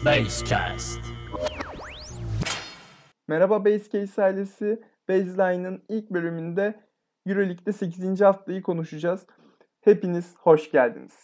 Basecast. Merhaba Basecase ailesi. Baseline'ın ilk bölümünde Euroleague'de 8. haftayı konuşacağız. Hepiniz hoş geldiniz.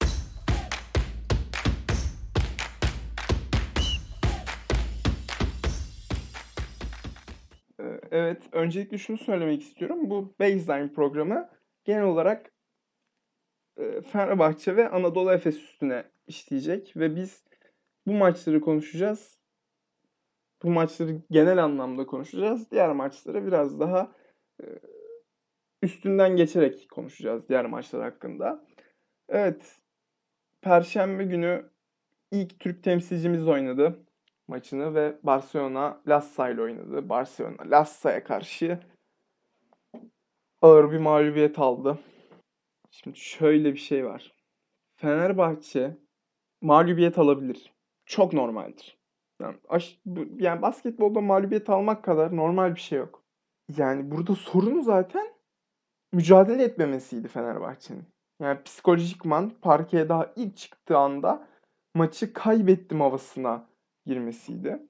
Evet, öncelikle şunu söylemek istiyorum. Bu Baseline programı genel olarak Fenerbahçe ve Anadolu Efes üstüne işleyecek ve biz bu maçları konuşacağız. Bu maçları genel anlamda konuşacağız. Diğer maçları biraz daha üstünden geçerek konuşacağız diğer maçlar hakkında. Evet, Perşembe günü ilk Türk temsilcimiz oynadı maçını ve Barcelona Lassa ile oynadı. Barcelona Lassa'ya karşı ağır bir mağlubiyet aldı. Şimdi şöyle bir şey var. Fenerbahçe mağlubiyet alabilir. Çok normaldir. Yani basketbolda mağlubiyet almak kadar normal bir şey yok. Yani burada sorunu zaten mücadele etmemesiydi Fenerbahçe'nin. Yani psikolojikman parkeye daha ilk çıktığı anda maçı kaybettim havasına girmesiydi.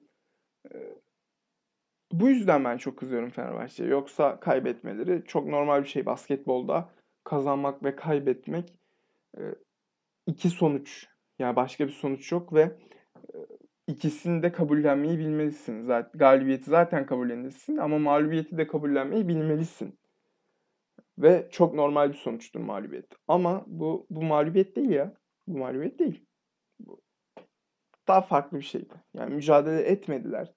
Bu yüzden ben çok kızıyorum Fenerbahçe'ye. Yoksa kaybetmeleri çok normal bir şey basketbolda. Kazanmak ve kaybetmek iki sonuç. Yani başka bir sonuç yok ve ikisini de kabullenmeyi bilmelisin. Zaten galibiyeti zaten kabullenirsin ama mağlubiyeti de kabullenmeyi bilmelisin. Ve çok normal bir sonuçtur mağlubiyet. Ama bu mağlubiyet değil ya. Bu mağlubiyet değil. Bu daha farklı bir şeydi. Yani mücadele etmediler.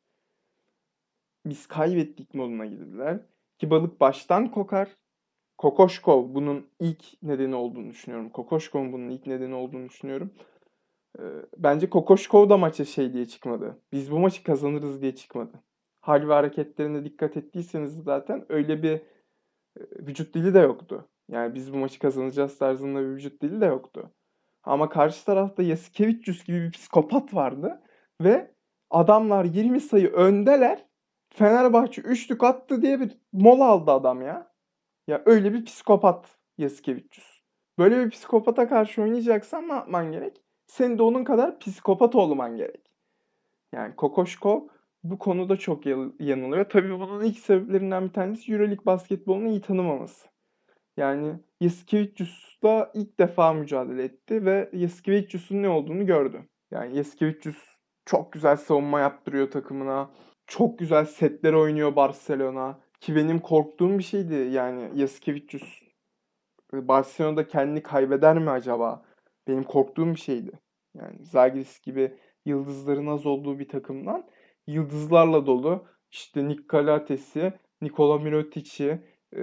Biz kaybettik moduna girdiler. Ki balık baştan kokar. Kokoşkov bunun ilk nedeni olduğunu düşünüyorum. Kokoşkov'un bunun ilk nedeni olduğunu düşünüyorum. Bence Kokoşkov da maça şey diye çıkmadı. Biz bu maçı kazanırız diye çıkmadı. Hal ve hareketlerine dikkat ettiyseniz zaten öyle bir vücut dili de yoktu. Yani biz bu maçı kazanacağız tarzında bir vücut dili de yoktu. Ama karşı tarafta Yasikevicius gibi bir psikopat vardı ve adamlar 20 sayı öndeler. Fenerbahçe üçlük attı diye bir mola aldı adam ya. Ya öyle bir psikopat Yasikevicius. Böyle bir psikopata karşı oynayacaksan ne yapman gerek? Senin de onun kadar psikopat olman gerek. Yani Kokoşkov bu konuda çok yanılıyor. Tabii bunun ilk sebeplerinden bir tanesi EuroLeague basketbolunu iyi tanımaması. Yani Yasikevicius'la ilk defa mücadele etti ve Yasikevicius'un ne olduğunu gördü. Yani Yasikevicius çok güzel savunma yaptırıyor takımına. Çok güzel setler oynuyor Barcelona. Ki benim korktuğum bir şeydi. Yani Yasikevicius Barcelona'da kendini kaybeder mi acaba? Benim korktuğum bir şeydi. Yani Zalgiris gibi yıldızların az olduğu bir takımdan yıldızlarla dolu. İşte Nick Galates'i, Nikola Mirotic'i,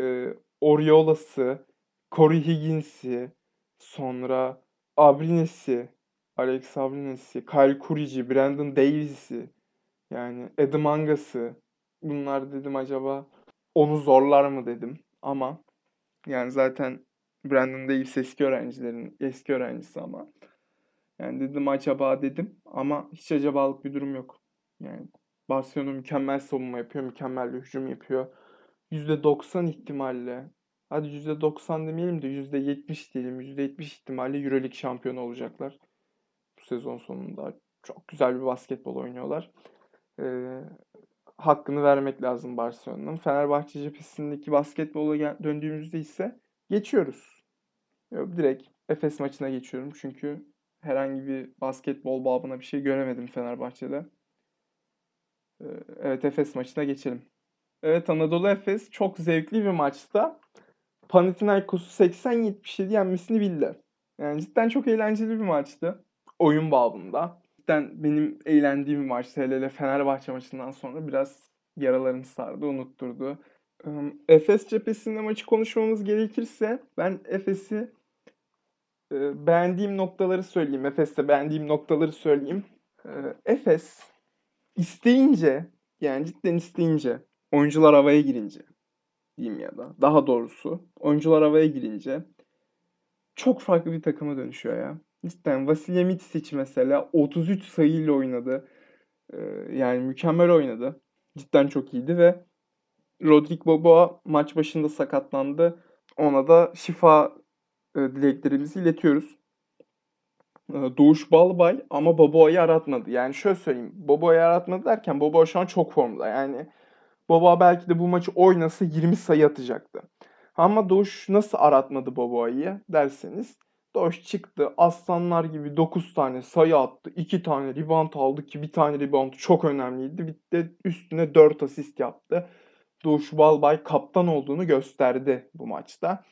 Oriolas'ı, Corey Higgins'i, sonra Abrines'i, Alex Abrines'i, Kyle Kuric'i, Brandon Davis'i, yani Adam Angas'ı. Bunlar dedim acaba onu zorlar mı dedim. Ama yani zaten Brandon Davis eski öğrencisi ama. Yani dedim acaba dedim ama hiç acabalık bir durum yok. Yani Barcelona mükemmel savunma yapıyor, mükemmel bir hücum yapıyor. %90 ihtimalle, hadi %90 demeyelim de %70 diyelim, %70 ihtimalle EuroLeague şampiyonu olacaklar. Bu sezon sonunda çok güzel bir basketbol oynuyorlar. Hakkını vermek lazım Barcelona'nın. Fenerbahçe cephesindeki basketbola döndüğümüzde ise geçiyoruz. Yok, direkt Efes maçına geçiyorum çünkü herhangi bir basketbol babına bir şey göremedim Fenerbahçe'de. Evet, Efes maçına geçelim. Evet, Anadolu Efes çok zevkli bir maçta Panathinaikos'u 80-77 yenmesini bildi. Yani cidden çok eğlenceli bir maçtı. Oyun babında. Cidden benim eğlendiğim bir maçtı. Hele hele Fenerbahçe maçından sonra biraz yaralarını sardı, unutturdu. Efes cephesinde maçı konuşmamız gerekirse ben Efes'i beğendiğim noktaları söyleyeyim. Efes'te beğendiğim noktaları söyleyeyim. Efes isteyince, yani cidden isteyince, oyuncular havaya girince diyeyim ya da daha doğrusu oyuncular havaya girince çok farklı bir takıma dönüşüyor ya. Cidden Vasilya Mitsic mesela 33 sayıyla oynadı. Yani mükemmel oynadı. Cidden çok iyiydi ve Rodrik Boboa maç başında sakatlandı. Ona da şifa dileklerimizi iletiyoruz. Doğuş Balbay ama Boboa'yı aratmadı. Yani şöyle söyleyeyim. Boboa'yı aratmadı derken Boboa şu an çok formda. Yani Boboa belki de bu maçı oynasa 20 sayı atacaktı. Ama Doğuş nasıl aratmadı Boboa'yı derseniz. Doğuş çıktı. Aslanlar gibi 9 tane sayı attı. 2 tane rebound aldı ki bir tane rebound çok önemliydi. Bir de üstüne 4 asist yaptı. Doğuş Balbay kaptan olduğunu gösterdi bu maçta.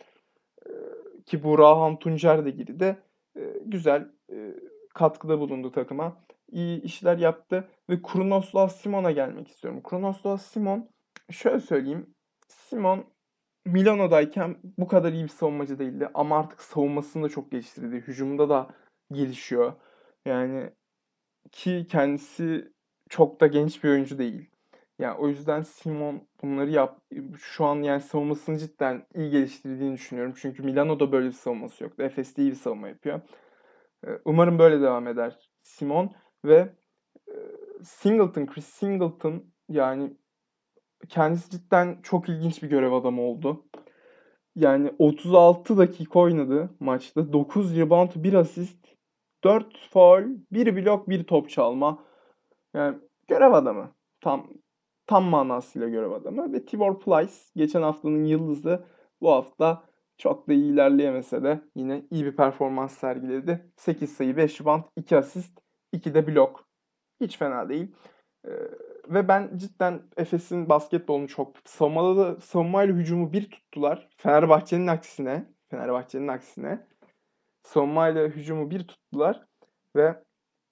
Ki Burhan Tuncer de girdi. Güzel katkıda bulundu takıma. İyi işler yaptı ve Krunoslav Simon'a gelmek istiyorum. Krunoslav Simon, şöyle söyleyeyim. Simon Milano'dayken bu kadar iyi bir savunmacı değildi ama artık savunmasını da çok geliştirdi. Hücumda da gelişiyor. Yani ki kendisi çok da genç bir oyuncu değil. Yani o yüzden Simon bunları şu an yani savunmasını cidden iyi geliştirdiğini düşünüyorum. Çünkü Milano'da böyle bir savunması yoktu. Efes'te iyi bir savunma yapıyor. Umarım böyle devam eder Simon ve e, Chris Singleton yani kendisi cidden çok ilginç bir görev adamı oldu. Yani 36 dakika oynadı maçta. 9 rebound, 1 asist, 4 faul, 1 blok, 1 top çalma. Yani görev adamı. Tam manasıyla görev adamı. Ve Tibor Plyce geçen haftanın yıldızı bu hafta çok da iyi ilerleyemese de yine iyi bir performans sergiledi. 8 sayı, 5 rebound, 2 asist, 2 de blok. Hiç fena değil. Ee, Ve ben cidden Efes'in basketbolunu çok savunmayla hücumu bir tuttular. Fenerbahçe'nin aksine savunmayla hücumu bir tuttular ve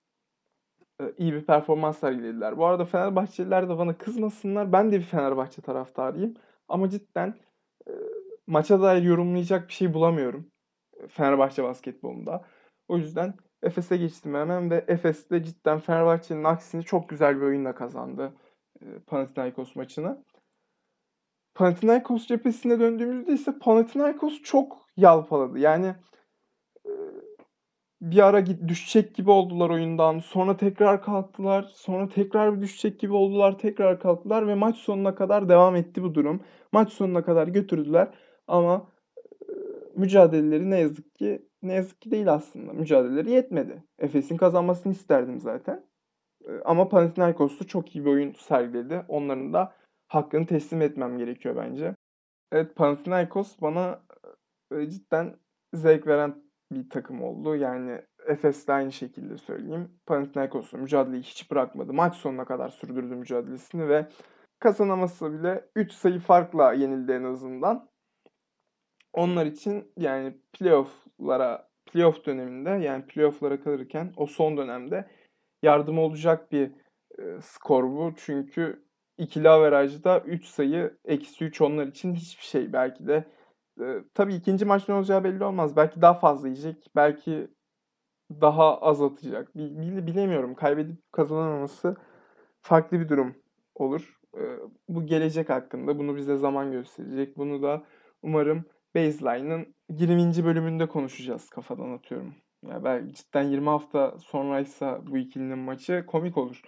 iyi bir performans sergilediler. Bu arada Fenerbahçeliler de bana kızmasınlar. Ben de bir Fenerbahçe taraftarıyım. Ama cidden e, maça dair yorumlayacak bir şey bulamıyorum Fenerbahçe basketbolunda. O yüzden Efes'e geçtim hemen ve Efes'te cidden Fenerbahçe'nin aksine çok güzel bir oyunla kazandı Panathinaikos maçını. Panathinaikos cephesine döndüğümüzde ise Panathinaikos çok yalpaladı. Yani e, bir ara düşecek gibi oldular oyundan. Sonra tekrar kalktılar. Sonra tekrar bir düşecek gibi oldular. Tekrar kalktılar ve maç sonuna kadar devam etti bu durum. Maç sonuna kadar götürdüler ama e, mücadeleleri ne yazık ki değil aslında. Mücadeleleri yetmedi. Efes'in kazanmasını isterdim zaten. Ama Panathinaikos da çok iyi bir oyun sergiledi. Onların da hakkını teslim etmem gerekiyor bence. Evet, Panathinaikos bana cidden zevk veren bir takım oldu. Yani Efes'te aynı şekilde söyleyeyim. Panathinaikos'la mücadeleyi hiç bırakmadı. Maç sonuna kadar sürdürdü mücadelesini ve kazanamasa bile 3 sayı farkla yenildi en azından. Onlar için yani playoff döneminde yani playoff'lara kalırken o son dönemde yardım olacak bir skor bu. Çünkü ikili averajda 3 sayı eksi 3 onlar için hiçbir şey. Belki de tabii ikinci maç ne olacağı belli olmaz. Belki daha fazla yiyecek. Belki daha az atacak. Bilemiyorum. Kaybedip kazanamaması farklı bir durum olur. Bu gelecek hakkında. Bunu bize zaman gösterecek. Bunu da umarım Baseline'ın 20. bölümünde konuşacağız. Kafadan atıyorum. Ya belki cidden 20 hafta sonraysa bu ikilinin maçı komik olur.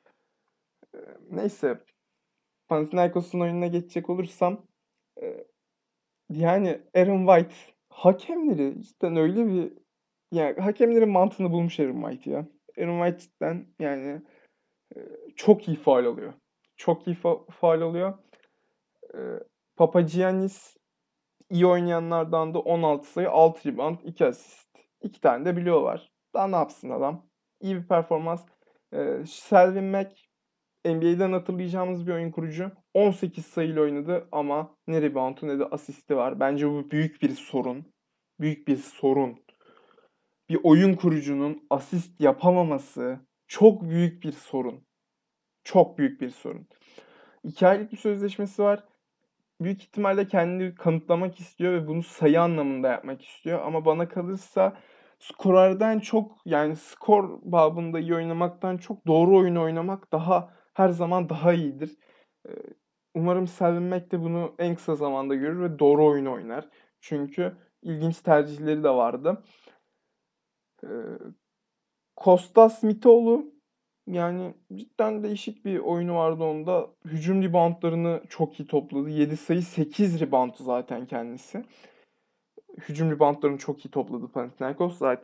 Neyse, Panathinaikos'un oyununa geçecek olursam e, yani Aaron White hakemleri cidden öyle bir yani hakemlerin mantığını bulmuş Aaron White ya. Aaron White cidden yani e, çok iyi faul alıyor. Çok iyi faul alıyor. E, Papagiannis iyi oynayanlardan da 16 sayı, 6 rebound, 2 asist. 2 tane de bloğu var. Daha ne yapsın adam? İyi bir performans. Selvin Mack NBA'den hatırlayacağımız bir oyun kurucu. 18 sayıyla oynadı ama ne reboundu ne de asisti var. Bence bu büyük bir sorun. Büyük bir sorun. Bir oyun kurucunun asist yapamaması çok büyük bir sorun. Çok büyük bir sorun. 2 aylık bir sözleşmesi var. Büyük ihtimalle kendini kanıtlamak istiyor ve bunu sayı anlamında yapmak istiyor. Ama bana kalırsa skorerden çok yani skor babında iyi oynamaktan çok doğru oyunu oynamak her zaman daha iyidir. Ee, Umarım Selvin Mack de bunu en kısa zamanda görür ve doğru oyunu oynar. Çünkü ilginç tercihleri de vardı. Ee, Kostas Mitoğlu yani cidden değişik bir oyunu vardı onda. Hücum reboundlarını çok iyi topladı. 7 sayı 8 reboundu zaten kendisi. Hücum reboundlarını çok iyi topladı Panathinaikos zaten.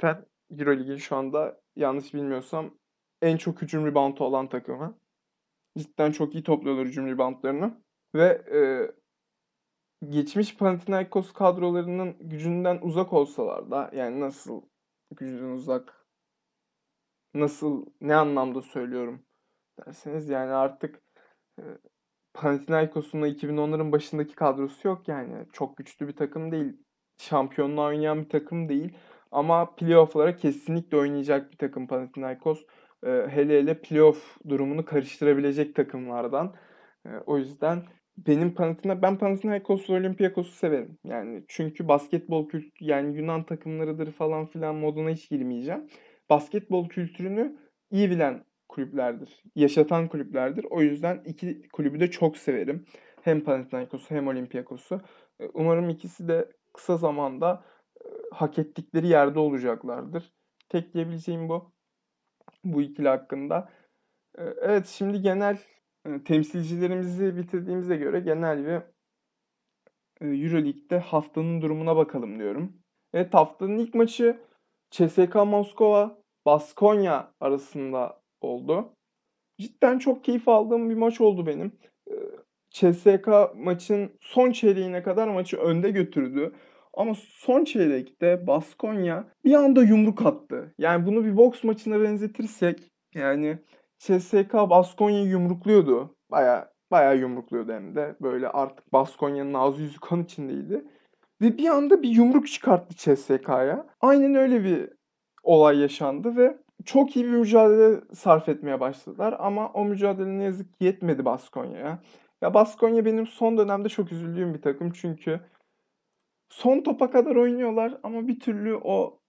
Euroleague'in şu anda yanlış bilmiyorsam en çok hücum reboundu olan takımı. Cidden çok iyi topluyorlar hücum reboundlarını. Ve geçmiş Panathinaikos kadrolarının gücünden uzak olsalar da, yani nasıl gücünden uzak, nasıl, ne anlamda söylüyorum derseniz, yani artık e, Panathinaikos'un da 2010'ların başındaki kadrosu yok yani. Çok güçlü bir takım değil. Şampiyonluğa oynayan bir takım değil. Ama playoff'lara kesinlikle oynayacak bir takım Panathinaikos. Hele hele playoff durumunu karıştırabilecek takımlardan. O yüzden ben Panathinaikos ve Olympiakos'u severim. Yani çünkü basketbol kültürü, yani Yunan takımlarıdır falan filan moduna hiç girmeyeceğim. Basketbol kültürünü iyi bilen kulüplerdir. Yaşatan kulüplerdir. O yüzden iki kulübü de çok severim. Hem Panathinaikos'u hem Olympiakos'u. Umarım ikisi de kısa zamanda hak ettikleri yerde olacaklardır. Tek diyebileceğim bu. Bu ikili hakkında. Evet, şimdi genel temsilcilerimizi bitirdiğimize göre genel bir Euroleague'de haftanın durumuna bakalım diyorum. Evet, haftanın ilk maçı CSKA Moskova Baskonya arasında oldu. Cidden çok keyif aldığım bir maç oldu benim. Ee, CSKA maçın son çeyreğine kadar maçı önde götürdü. Ama son çeyrekte Baskonya bir anda yumruk attı. Yani bunu bir boks maçına benzetirsek, yani CSKA Baskonya'yı yumrukluyordu. Baya baya yumrukluyordu hem de. Böyle artık Baskonya'nın ağzı yüzü kan içindeydi. Ve bir anda bir yumruk çıkarttı CSK'ya. Aynen öyle bir olay yaşandı ve çok iyi bir mücadele sarf etmeye başladılar ama o mücadele ne yazık ki yetmedi Baskonya'ya. Ya Baskonya benim son dönemde çok üzüldüğüm bir takım, çünkü son topa kadar oynuyorlar ama bir türlü o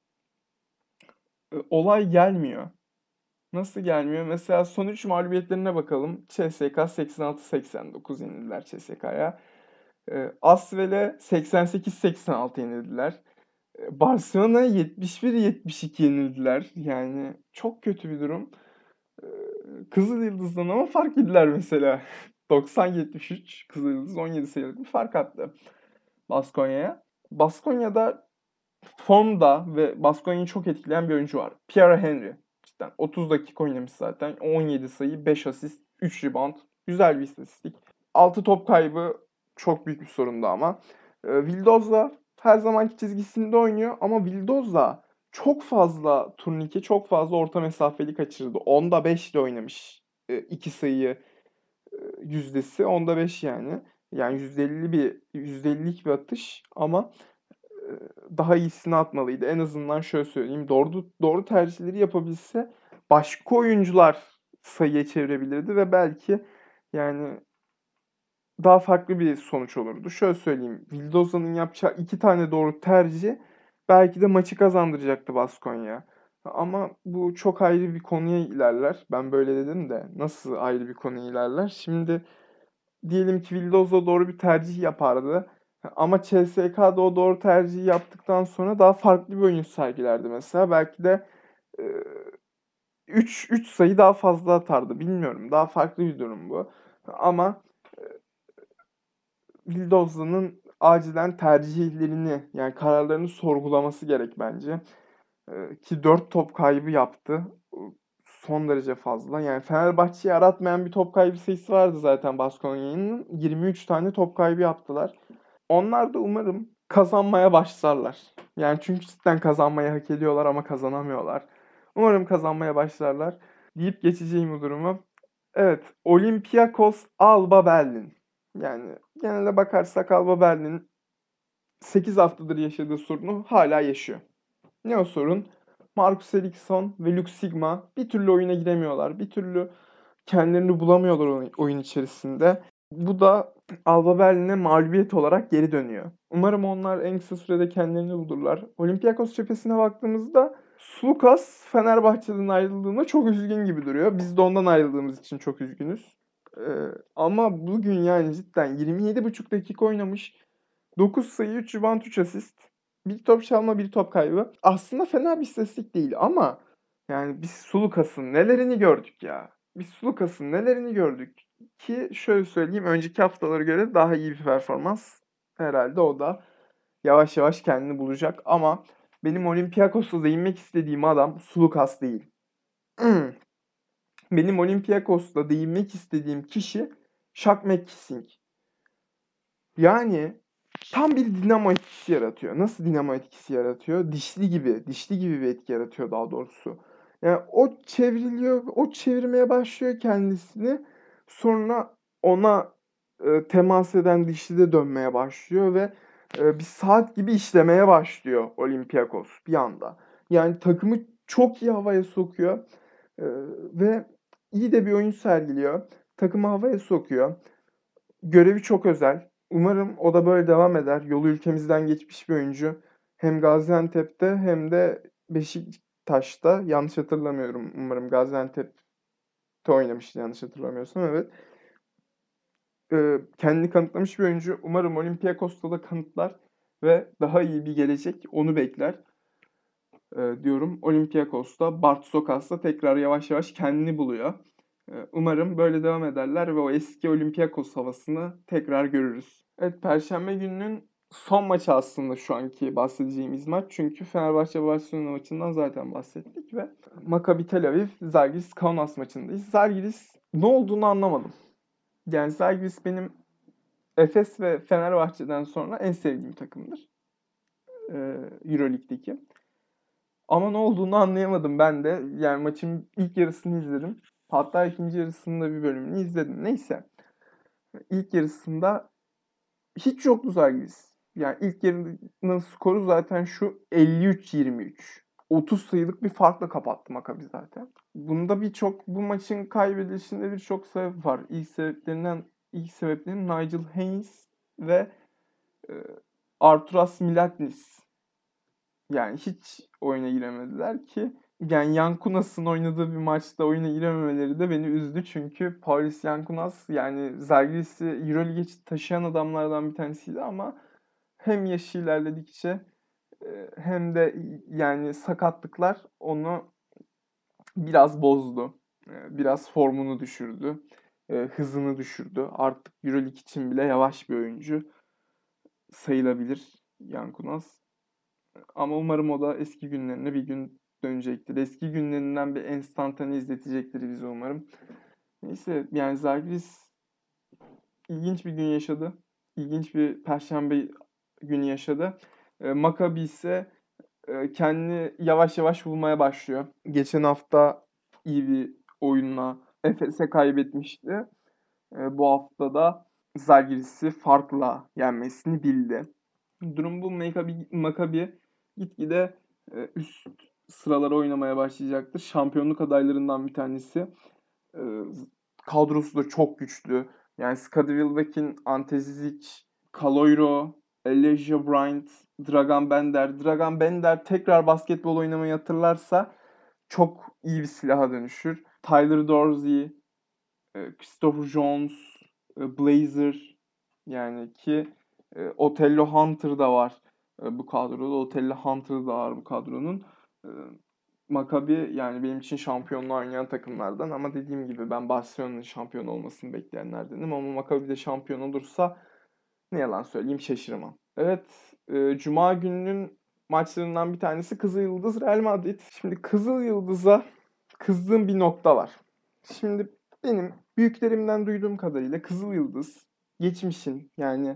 olay gelmiyor. Nasıl gelmiyor? Mesela son 3 mağlubiyetlerine bakalım. CSKA 86-89 yenildiler CSK'ya. Asvel'e 88-86 yenildiler. Barcelona'ya 71-72 yenildiler. Yani çok kötü bir durum. Ee, Kızılyıldız'dan ama fark yediler mesela. 90-73 Kızılyıldız 17 sayılık bir fark attı Baskonya'ya. Baskonya'da formda ve Baskonya'yı çok etkileyen bir oyuncu var. Pierre Henry. Cidden 30 dakika oynamış zaten. 17 sayı, 5 asist, 3 rebound. Güzel bir istatistik. 6 top kaybı çok büyük bir sorundu ama. Vildoza her zamanki çizgisinde oynuyor ama Vildoza çok fazla turnike, çok fazla orta mesafeli kaçırdı. 10'da 5 ile oynamış. 2 sayı yüzdesi 10'da 5 yani. Yani %50'lik bir atış ama daha iyisini atmalıydı. En azından şöyle söyleyeyim. Doğru tercihleri yapabilse başka oyuncular sayıya çevirebilirdi ve belki, yani daha farklı bir sonuç olurdu. Şöyle söyleyeyim. Vildoza'nın yapacağı 2 tane doğru tercih belki de maçı kazandıracaktı Baskonya. Ama bu çok ayrı bir konuya ilerler. Ben böyle dedim de nasıl ayrı bir konuya ilerler? Şimdi diyelim ki Vildoza doğru bir tercih yapardı. Ama CSK'da o doğru tercihi yaptıktan sonra daha farklı bir oyun sergilerdi mesela. Belki de 3 sayı daha fazla atardı. Bilmiyorum. Daha farklı bir durum bu. Ama Vildoza'nın acilen tercihlerini, yani kararlarını sorgulaması gerek bence. Ki 4 top kaybı yaptı. Son derece fazla. Yani Fenerbahçe'yi aratmayan bir top kaybı sayısı vardı zaten Baskonya'nın. 23 tane top kaybı yaptılar. Onlar da umarım kazanmaya başlarlar. Yani çünkü cidden kazanmayı hak ediyorlar ama kazanamıyorlar. Umarım kazanmaya başlarlar deyip geçeceğim bu durumu. Evet, Olympiakos Alba Berlin. Yani genelde bakarsak Alba Berlin 8 haftadır yaşadığı sorunu hala yaşıyor. Ne o sorun? Marcus Eriksson ve Luke Sigma bir türlü oyuna giremiyorlar. Bir türlü kendilerini bulamıyorlar oyun içerisinde. Bu da Alba Berlin'e mağlubiyet olarak geri dönüyor. Umarım onlar en kısa sürede kendilerini bulurlar. Olympiakos cephesine baktığımızda Sulukas Fenerbahçe'den ayrıldığında çok üzgün gibi duruyor. Biz de ondan ayrıldığımız için çok üzgünüz. Ee, Ama bugün yani cidden 27,5 dakika oynamış. 9 sayı, 3 rebound, 3 asist. Bir top çalma, bir top kaybı. Aslında fena bir istatistik değil ama yani biz Sulukas'ın nelerini gördük ya. Biz Sulukas'ın nelerini gördük ki şöyle söyleyeyim, önceki haftalara göre daha iyi bir performans. Herhalde o da yavaş yavaş kendini bulacak ama Benim Olympiakos'ta değinmek istediğim adam Sulukas değil. Benim Olympiakos'ta değinmek istediğim kişi Shaq McKissing. Yani tam bir dinamo etkisi yaratıyor. Nasıl dinamo etkisi yaratıyor? Dişli gibi bir etki yaratıyor daha doğrusu. Yani o çevriliyor, o çevirmeye başlıyor kendisini. Sonra ona temas eden dişli de dönmeye başlıyor ve bir saat gibi işlemeye başlıyor Olympiakos bir anda. Yani takımı çok iyi havaya sokuyor ve iyi de bir oyun sergiliyor. Takımı havaya sokuyor. Görevi çok özel. Umarım o da böyle devam eder. Yolu ülkemizden geçmiş bir oyuncu. Hem Gaziantep'te hem de Beşiktaş'ta. Yanlış hatırlamıyorum. Umarım Gaziantep'te oynamıştı yanlış hatırlamıyorsam. Evet. Kendini kanıtlamış bir oyuncu. Umarım Olympiakos'ta da kanıtlar ve daha iyi bir gelecek onu bekler. Diyorum. Olympiakos'ta, Bartosokas'ta tekrar yavaş yavaş kendini buluyor. Umarım böyle devam ederler ve o eski Olympiakos havasını tekrar görürüz. Evet, Perşembe gününün son maçı aslında şu anki bahsedeceğimiz maç. Çünkü Fenerbahçe-Barcelona maçından zaten bahsettik ve Maccabi Tel Aviv, Zalgiris Kaunas maçındayız. Zalgiris ne olduğunu anlamadım. Yani Zalgiris benim Efes ve Fenerbahçe'den sonra en sevdiğim takımdır. Euroleague'deki. Ama ne olduğunu anlayamadım ben de. Yani maçın ilk yarısını izledim. Hatta ikinci yarısında bir bölümünü izledim. Neyse. İlk yarısında hiç yoktu Zalgiris. Yani ilk yarının skoru zaten şu 53-23. 30 sayılık bir farkla kapattı Maccabi zaten. Bu maçın kaybedilişinde birçok sebep var. İlk sebeplerin Nigel Hayes ve e, Arturas Milaknis. Yani hiç oyuna giremediler ki. Yani Yankunas'ın oynadığı bir maçta oyuna girememeleri de beni üzdü. Çünkü Paris Yankunas yani Zalgiris'i Euroleague'e taşıyan adamlardan bir tanesiydi ama hem yaşı ilerledikçe hem de yani sakatlıklar onu biraz bozdu. Biraz formunu düşürdü. Hızını düşürdü. Artık Euroleague için bile yavaş bir oyuncu sayılabilir Yankunas. Ama umarım o da eski günlerine bir gün dönecektir. Eski günlerinden bir enstantane izletecektir bize umarım. Neyse yani Zalgiris ilginç bir gün yaşadı. İlginç bir perşembe günü yaşadı. Maccabi ise kendini yavaş yavaş bulmaya başlıyor. Geçen hafta iyi bir oyunla Efes'e kaybetmişti. Bu hafta da Zalgiris'i farkla yenmesini bildi. Durum bu. Maccabi gitgide üst sıralara oynamaya başlayacaktır. Şampiyonluk adaylarından bir tanesi. E, Kadrosu da çok güçlü. Yani Scottie Wilbeck'in Ante Zizic, Kaloiro, Elijah Bryant, Dragan Bender. Dragan Bender tekrar basketbol oynamayı hatırlarsa çok iyi bir silaha dönüşür. Tyler Dorsey, Christopher Jones, Blazer yani ki Otello Hunter da var bu kadroda. Otello Hunter da var bu kadronun. E, Maccabi yani benim için şampiyonluğa oynayan takımlardan ama dediğim gibi ben Barcelona'nın şampiyon olmasını bekleyenlerdenim ama Maccabi de şampiyon olursa ne yalan söyleyeyim şaşırmam. Evet, Cuma gününün maçlarından bir tanesi Kızılyıldız Real Madrid. Şimdi Kızılyıldız'a kızdığım bir nokta var. Şimdi benim büyüklerimden duyduğum kadarıyla Kızılyıldız geçmişin yani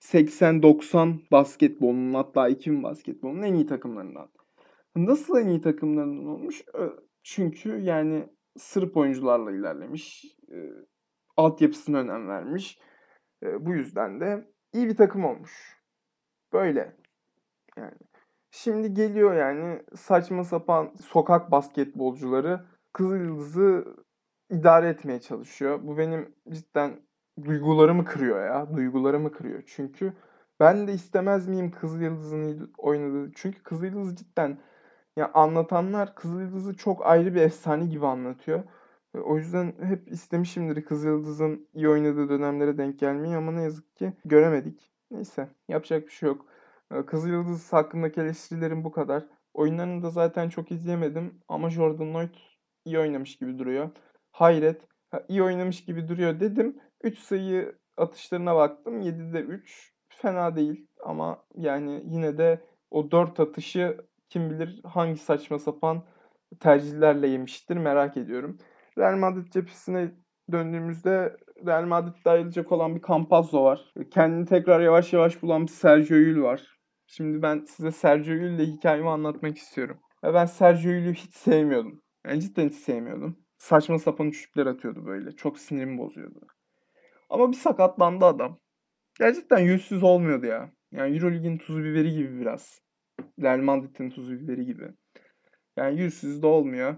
80-90 basketbolunun hatta 2000 basketbolunun en iyi takımlarından. Nasıl en iyi takımlarından olmuş? Çünkü yani Sırp oyuncularla ilerlemiş. Altyapısına önem vermiş. Bu yüzden de iyi bir takım olmuş. Böyle yani. Şimdi geliyor yani saçma sapan sokak basketbolcuları Kızılyıldız'ı idare etmeye çalışıyor. Bu benim cidden duygularımı kırıyor ya. Duygularımı kırıyor. Çünkü ben de istemez miyim Kızılyıldız'ın oynadığı. Çünkü Kızılyıldız cidden ya anlatanlar Kızılyıldız'ı çok ayrı bir efsane gibi anlatıyor. O yüzden hep istemişimdir Kızılyıldız'ın iyi oynadığı dönemlere denk gelmeyi ama ne yazık ki göremedik. Neyse yapacak bir şey yok. Kızılyıldız hakkındaki eleştirilerim bu kadar. Oyunlarını da zaten çok izleyemedim ama Jordan Lloyd iyi oynamış gibi duruyor. Hayret, iyi oynamış gibi duruyor dedim. 3 sayı atışlarına baktım. 7'de 3 fena değil ama yani yine de o 4 atışı kim bilir hangi saçma sapan tercihlerle yemiştir merak ediyorum. Real Madrid cephesine döndüğümüzde Real Madrid'de ayrılacak olan bir Campazzo var. Kendini tekrar yavaş yavaş bulan bir Sergio Llull var. Şimdi ben size Sergio Llull ile hikayemi anlatmak istiyorum. Ve ben Sergio Llull'ü hiç sevmiyordum. Yani cidden hiç sevmiyordum. Saçma sapan üçlükler atıyordu böyle. Çok sinirimi bozuyordu. Ama bir sakatlandı adam. Gerçekten yüzsüz olmuyordu ya. Yani Euroleague'in tuzu biberi gibi biraz. Real Madrid'in tuzu biberi gibi. Yani yüzsüz de olmuyor.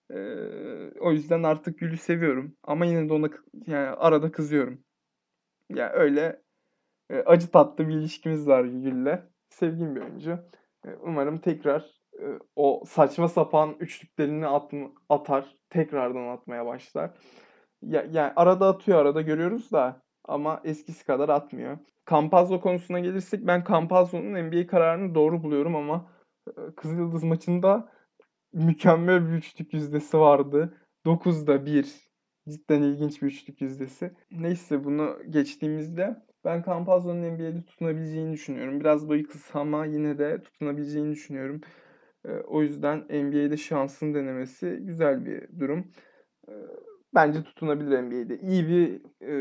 O yüzden artık Gül'ü seviyorum. Ama yine de ona yani arada kızıyorum. Yani öyle acı tatlı bir ilişkimiz var Gül'le. Sevdiğim bir oyuncu. Umarım tekrar o saçma sapan üçlüklerini atar. Tekrardan atmaya başlar. Yani arada atıyor, arada görüyoruz da ama eskisi kadar atmıyor. Campazzo konusuna gelirsek ben Campazzo'nun NBA kararını doğru buluyorum ama Kızılyıldız maçında mükemmel bir üçlük yüzdesi vardı. 9'da 1. Cidden ilginç bir üçlük yüzdesi. Neyse bunu geçtiğimizde ben Campazzo'nun NBA'de tutunabileceğini düşünüyorum. Biraz boyu kısa ama yine de tutunabileceğini düşünüyorum. O yüzden NBA'de şansını denemesi güzel bir durum. Bence tutunabilir NBA'de. İyi bir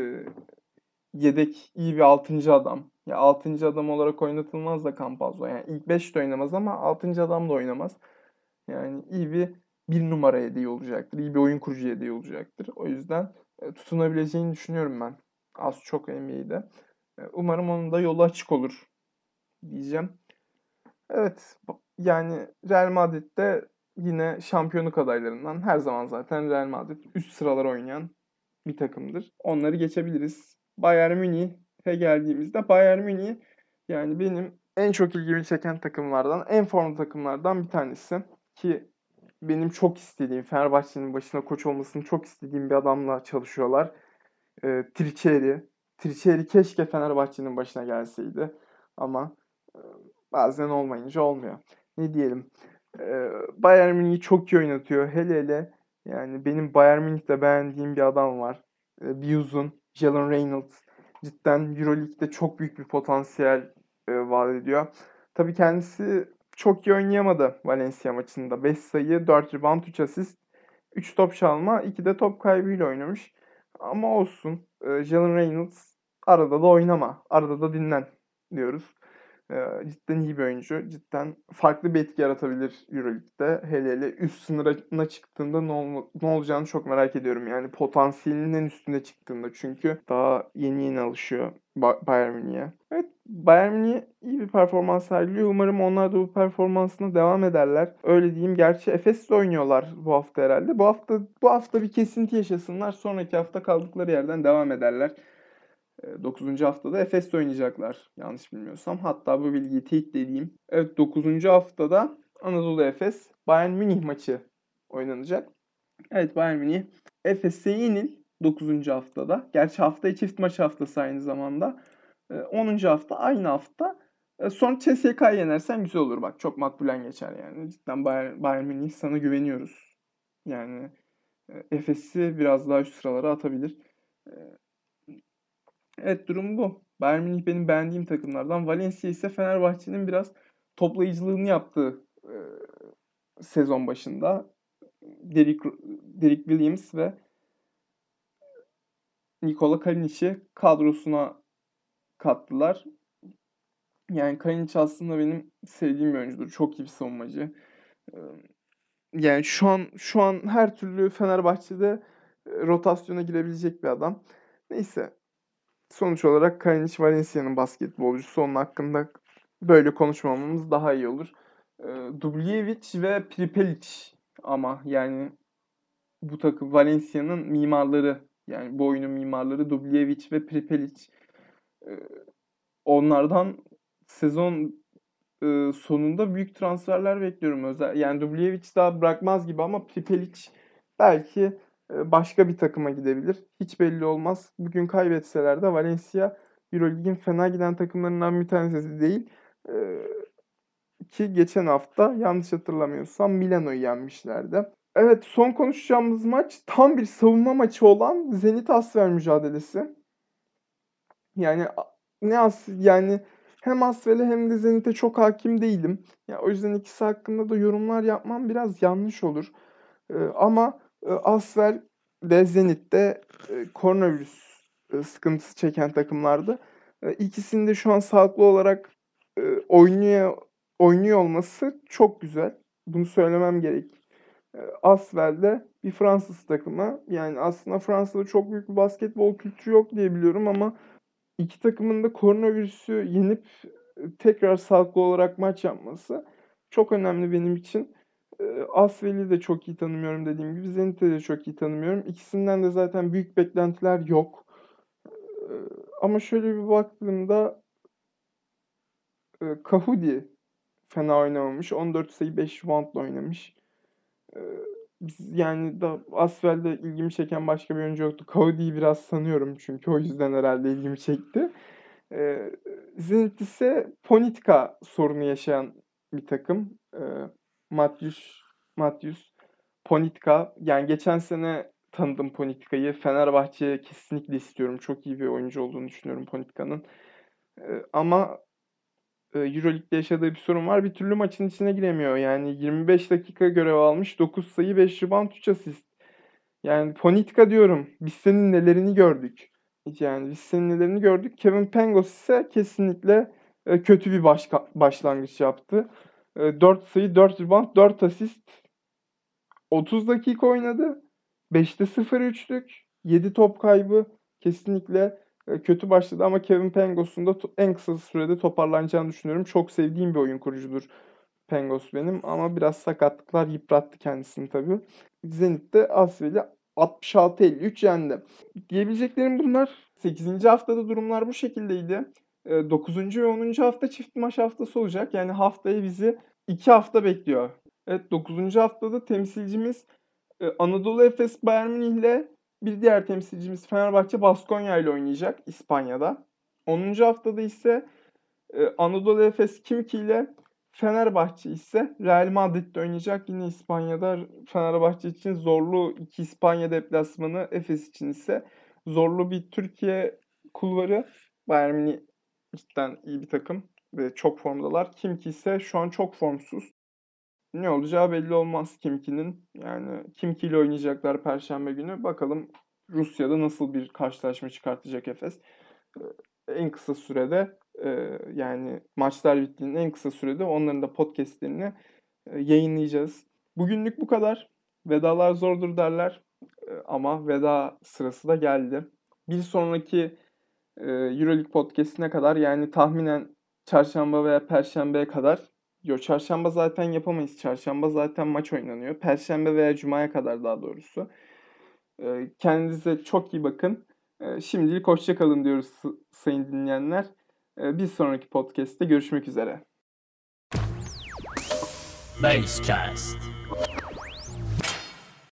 yedek, iyi bir 6. adam. Ya 6. adam olarak oynatılmaz da Campazzo. Yani ilk 5'te oynamaz ama 6. adam da oynamaz. Yani iyi bir numara yedeği olacaktır. İyi bir oyun kurucu yedeği olacaktır. O yüzden tutunabileceğini düşünüyorum ben. Az çok NBA'de. Umarım onun da yolu açık olur diyeceğim. Evet, yani Real Madrid'de yine şampiyonluk adaylarından her zaman zaten Real Madrid üst sıralar oynayan bir takımdır. Onları geçebiliriz. Bayern Münih'e geldiğimizde Bayern Münih yani benim en çok ilgimi çeken takımlardan, en formlu takımlardan bir tanesi. Ki benim çok istediğim, Fenerbahçe'nin başına koç olmasını çok istediğim bir adamla çalışıyorlar. Triçeri. Triçeri keşke Fenerbahçe'nin başına gelseydi. Ama e, bazen olmayınca olmuyor. Ne diyelim. Bayern Münih'i çok iyi oynatıyor. Hele hele yani benim Bayern Münih'te beğendiğim bir adam var. Bir uzun. Jalen Reynolds. Cidden Euroleague'de çok büyük bir potansiyel vaat ediyor. Tabii kendisi çok iyi oynayamadı Valencia maçında. 5 sayı, 4 rebound, 3 asist, 3 top çalma, 2 de top kaybıyla oynamış. Ama olsun. Jalen Reynolds arada da oynama. Arada da dinlen diyoruz. Cidden iyi bir oyuncu. Cidden farklı bir etki yaratabilir Euroleague'de. Hele hele üst sınırına çıktığında ne olacağını çok merak ediyorum. Yani potansiyelinin en üstüne çıktığında. Çünkü daha yeni yeni alışıyor Bayern Münih'e. Evet, Bayern Münih iyi bir performans sergiliyor. Umarım onlar da bu performansına devam ederler. Öyle diyeyim. Gerçi Efes'le oynuyorlar bu hafta herhalde. Bu hafta bir kesinti yaşasınlar. Sonraki hafta kaldıkları yerden devam ederler. 9. haftada Efes'le oynayacaklar yanlış bilmiyorsam. Hatta bu bilgiyi teyit edeyim. Evet, 9. haftada Anadolu Efes Bayern Münih maçı oynanacak. Evet, Bayern Münih Efes'e yenil 9. haftada. Gerçi haftaya çift maç haftası aynı zamanda. 10. hafta aynı hafta. Sonra CSK'yı yenersen güzel olur. Bak çok makbulen geçer yani. Cidden Bayern Münih sana güveniyoruz. Yani Efes'i biraz daha üst sıralara atabilir. E, Evet, durum bu. Bayern Münih benim beğendiğim takımlardan. Valencia ise Fenerbahçe'nin biraz toplayıcılığını yaptığı sezon başında. Derek Williams ve Nikola Kalinic'i kadrosuna kattılar. Yani Kalinic aslında benim sevdiğim bir oyuncudur. Çok iyi bir savunmacı. Yani şu an her türlü Fenerbahçe'de rotasyona girebilecek bir adam. Neyse. Sonuç olarak Kalinic Valencia'nın basketbolcusu. Onun hakkında böyle konuşmamamız daha iyi olur. Dubljevic ve Pripelic ama yani bu takım Valencia'nın mimarları, yani bu oyunun mimarları Dubljevic ve Pripelic. Onlardan sezon sonunda büyük transferler bekliyorum. Yani Dubljevic daha bırakmaz gibi ama Pripelic belki başka bir takıma gidebilir. Hiç belli olmaz. Bugün kaybetseler de Valencia Euroleague'in fena giden takımlarından bir tanesi değil. E, Ki geçen hafta yanlış hatırlamıyorsam Milano'yu yenmişlerdi. Evet, son konuşacağımız maç tam bir savunma maçı olan Zenit Asfer mücadelesi. Yani yani hem Asvel'e hem de Zenit'e çok hakim değilim. Ya o yüzden ikisi hakkında da yorumlar yapmam biraz yanlış olur. Ama Asvel de Zenit de koronavirüs sıkıntısı çeken takımlardı. İkisinin de şu an sağlıklı olarak oynuyor olması çok güzel. Bunu söylemem gerek. Asvel de bir Fransız takımı. Yani aslında Fransa'da çok büyük bir basketbol kültürü yok diye biliyorum ama iki takımın da koronavirüsü yenip tekrar sağlıklı olarak maç yapması çok önemli benim için. Asvel'i de çok iyi tanımıyorum dediğim gibi. Zenit'i de çok iyi tanımıyorum. İkisinden de zaten büyük beklentiler yok. Eee, Ama şöyle bir baktığımda Kahudi fena oynamamış. 14 sayı 5 reboundla oynamış. Eee, Yani da Asvel'de ilgimi çeken başka bir oyuncu yoktu. Kahudi'yi biraz sanıyorum çünkü o yüzden herhalde ilgimi çekti. Eee Zenit ise politika sorunu yaşayan bir takım. Matthews Ponitka. Yani geçen sene tanıdım Ponitka'yı. Fenerbahçe'ye kesinlikle istiyorum. Çok iyi bir oyuncu olduğunu düşünüyorum Ponitka'nın. Ama Euroleague'de yaşadığı bir sorun var. Bir türlü maçın içine giremiyor. Yani 25 dakika görev almış. 9 sayı, 5 rebound, 3 asist. Yani Ponitka diyorum. Biz senin nelerini gördük. Yani biz senin nelerini gördük. Kevin Pangos ise kesinlikle kötü bir başlangıç yaptı. 4 sayı, 4 rebound, 4 asist. 30 dakika oynadı. 5'te 0 üçlük. 7 top kaybı. Kesinlikle kötü başladı ama Kevin Pangos'un da en kısa sürede toparlanacağını düşünüyorum. Çok sevdiğim bir oyun kurucudur Pangos benim ama biraz sakatlıklar yıprattı kendisini tabii. Zenit'te Asvel'i 66-53 yendi. Diyebileceklerim bunlar. 8. haftada durumlar bu şekildeydi. 9. ve 10. hafta çift maç haftası olacak. Yani haftaya bizi 2 hafta bekliyor. Evet, 9. haftada temsilcimiz Anadolu Efes Bayern Münih'le, bir diğer temsilcimiz Fenerbahçe Baskonya ile oynayacak İspanya'da. 10. haftada ise Anadolu Efes Kimki ile, Fenerbahçe ise Real Madrid'de oynayacak. Yine İspanya'da Fenerbahçe için zorlu iki İspanya deplasmanı, Efes için ise zorlu bir Türkiye kulvarı. Bayern Münih cidden iyi bir takım ve çok formdalar. Kimki ise şu an çok formsuz. Ne olacağı belli olmaz Kimki'nin. Yani Kimki ile oynayacaklar Perşembe günü. Bakalım Rusya'da nasıl bir karşılaşma çıkartacak Efes. En kısa sürede yani maçlar bittiğinde en kısa sürede onların da podcastlerini yayınlayacağız. Bugünlük bu kadar. Vedalar zordur derler ama veda sırası da geldi. Bir sonraki Euroleague podcastine kadar, yani tahminen çarşamba veya perşembeye kadar. Yo, çarşamba zaten yapamayız. Çarşamba zaten maç oynanıyor. Perşembe veya cumaya kadar daha doğrusu. Kendinize çok iyi bakın. Şimdilik hoşça kalın diyoruz sayın dinleyenler. Bir sonraki podcast'te görüşmek üzere. Basecast.